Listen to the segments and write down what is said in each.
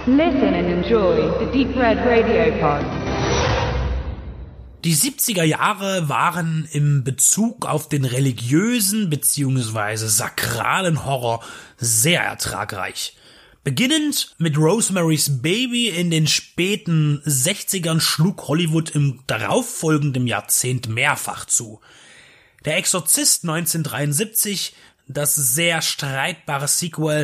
Listen and enjoy the Deep Red Radio Pod. Die 70er Jahre waren im Bezug auf den religiösen bzw. sakralen Horror sehr ertragreich. Beginnend mit Rosemary's Baby in den späten 60ern schlug Hollywood im darauffolgenden Jahrzehnt mehrfach zu. Der Exorzist 1973, das sehr streitbare Sequel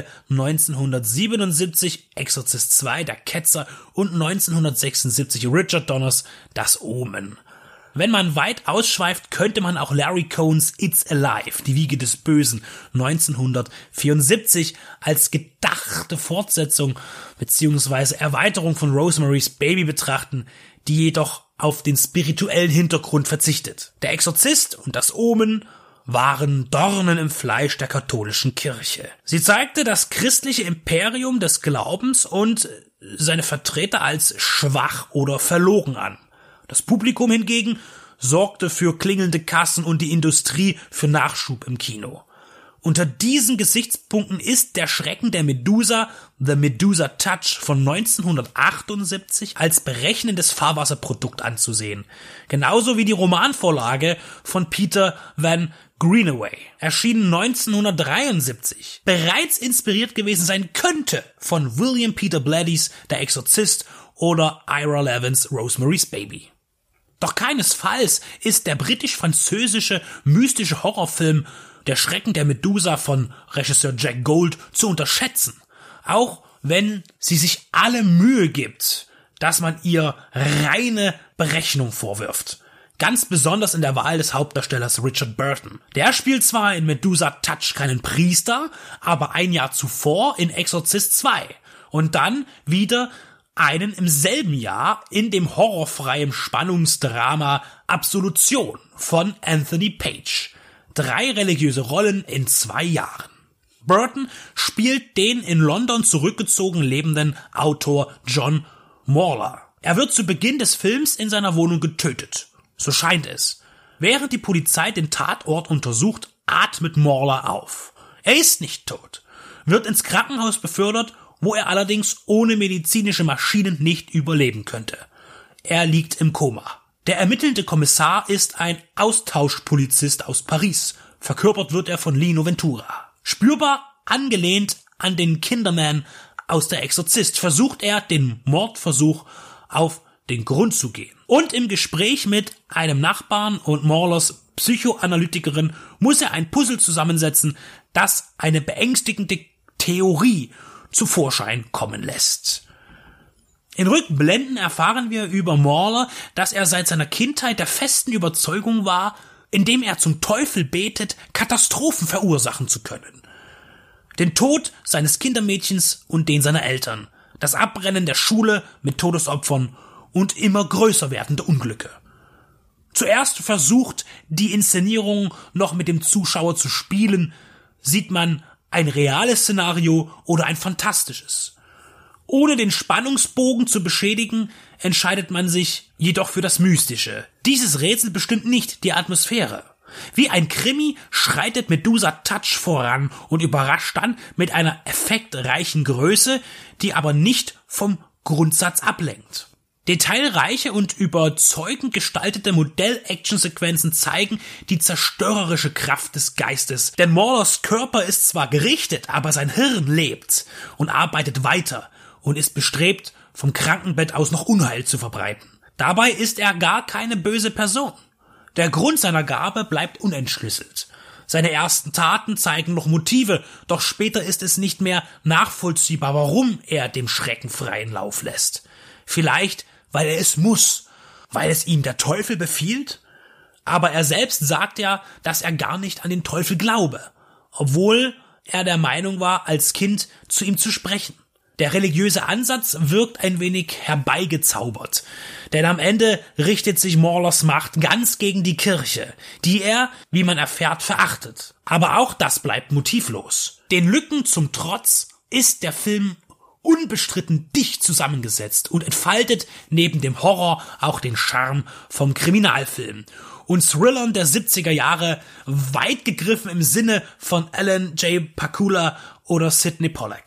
1977, Exorzist 2, der Ketzer und 1976 Richard Donners Das Omen. Wenn man weit ausschweift, könnte man auch Larry Cohns It's Alive, die Wiege des Bösen, 1974 als gedachte Fortsetzung bzw. Erweiterung von Rosemary's Baby betrachten, die jedoch auf den spirituellen Hintergrund verzichtet. Der Exorzist und Das Omen waren Dornen im Fleisch der katholischen Kirche. Sie zeigte das christliche Imperium des Glaubens und seine Vertreter als schwach oder verlogen an. Das Publikum hingegen sorgte für klingelnde Kassen und die Industrie für Nachschub im Kino. Unter diesen Gesichtspunkten ist Der Schrecken der Medusa, The Medusa Touch von 1978 als berechnendes Fahrwasserprodukt anzusehen. Genauso wie die Romanvorlage von Peter Van Greenaway, erschienen 1973, bereits inspiriert gewesen sein könnte von William Peter Blatty's Der Exorzist oder Ira Levins Rosemary's Baby. Doch keinesfalls ist der britisch-französische mystische Horrorfilm Der Schrecken der Medusa von Regisseur Jack Gold zu unterschätzen, auch wenn sie sich alle Mühe gibt, dass man ihr reine Berechnung vorwirft. Ganz besonders in der Wahl des Hauptdarstellers Richard Burton. Der spielt zwar in Medusa Touch keinen Priester, aber ein Jahr zuvor in Exorzist 2 und dann wieder einen im selben Jahr in dem horrorfreien Spannungsdrama Absolution von Anthony Page. 3 religiöse Rollen in 2 Jahren. Burton spielt den in London zurückgezogen lebenden Autor John Morla. Er wird zu Beginn des Films in seiner Wohnung getötet. So scheint es. Während die Polizei den Tatort untersucht, atmet Morla auf. Er ist nicht tot, wird ins Krankenhaus befördert, wo er allerdings ohne medizinische Maschinen nicht überleben könnte. Er liegt im Koma. Der ermittelnde Kommissar ist ein Austauschpolizist aus Paris. Verkörpert wird er von Lino Ventura. Spürbar angelehnt an den Kinderman aus Der Exorzist versucht er, den Mordversuch auf den Grund zu gehen. Und im Gespräch mit einem Nachbarn und Morlers Psychoanalytikerin muss er ein Puzzle zusammensetzen, das eine beängstigende Theorie zu Vorschein kommen lässt. In Rückblenden erfahren wir über Morla, dass er seit seiner Kindheit der festen Überzeugung war, indem er zum Teufel betet, Katastrophen verursachen zu können. Den Tod seines Kindermädchens und den seiner Eltern, das Abbrennen der Schule mit Todesopfern und immer größer werdende Unglücke. Zuerst versucht die Inszenierung noch mit dem Zuschauer zu spielen, sieht man ein reales Szenario oder ein fantastisches. Ohne den Spannungsbogen zu beschädigen, entscheidet man sich jedoch für das Mystische. Dieses Rätsel bestimmt nicht die Atmosphäre. Wie ein Krimi schreitet Medusa Touch voran und überrascht dann mit einer effektreichen Größe, die aber nicht vom Grundsatz ablenkt. Detailreiche und überzeugend gestaltete Modell-Action-Sequenzen zeigen die zerstörerische Kraft des Geistes. Denn Morlers Körper ist zwar gerichtet, aber sein Hirn lebt und arbeitet weiter und ist bestrebt, vom Krankenbett aus noch Unheil zu verbreiten. Dabei ist er gar keine böse Person. Der Grund seiner Gabe bleibt unentschlüsselt. Seine ersten Taten zeigen noch Motive, doch später ist es nicht mehr nachvollziehbar, warum er dem Schrecken freien Lauf lässt. Vielleicht weil er es muss, weil es ihm der Teufel befiehlt? Aber er selbst sagt ja, dass er gar nicht an den Teufel glaube, obwohl er der Meinung war, als Kind zu ihm zu sprechen. Der religiöse Ansatz wirkt ein wenig herbeigezaubert, denn am Ende richtet sich Morlers Macht ganz gegen die Kirche, die er, wie man erfährt, verachtet. Aber auch das bleibt motivlos. Den Lücken zum Trotz ist der Film unbestritten dicht zusammengesetzt und entfaltet neben dem Horror auch den Charme vom Kriminalfilm und Thrillern der 70er Jahre, weit gegriffen im Sinne von Alan J. Pakula oder Sidney Pollack.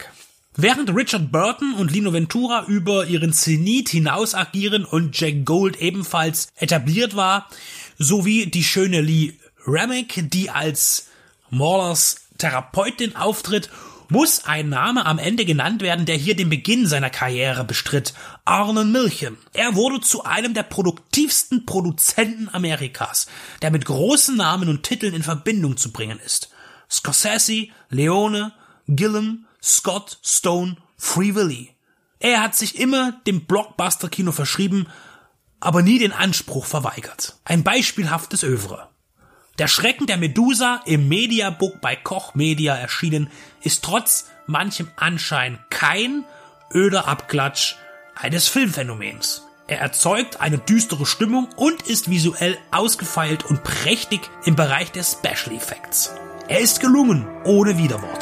Während Richard Burton und Lino Ventura über ihren Zenit hinaus agieren und Jack Gold ebenfalls etabliert war, sowie die schöne Lee Remick, die als Maulers Therapeutin auftritt, muss ein Name am Ende genannt werden, der hier den Beginn seiner Karriere bestritt: Arnon Milchan. Er wurde zu einem der produktivsten Produzenten Amerikas, der mit großen Namen und Titeln in Verbindung zu bringen ist: Scorsese, Leone, Gilliam, Scott, Stone, Free Willy. Er hat sich immer dem Blockbuster-Kino verschrieben, aber nie den Anspruch verweigert. Ein beispielhaftes Övre. Der Schrecken der Medusa, im Mediabook bei Koch Media erschienen, ist trotz manchem Anschein kein öder Abklatsch eines Filmphänomens. Er erzeugt eine düstere Stimmung und ist visuell ausgefeilt und prächtig im Bereich der Special Effects. Er ist gelungen, ohne Widerworte.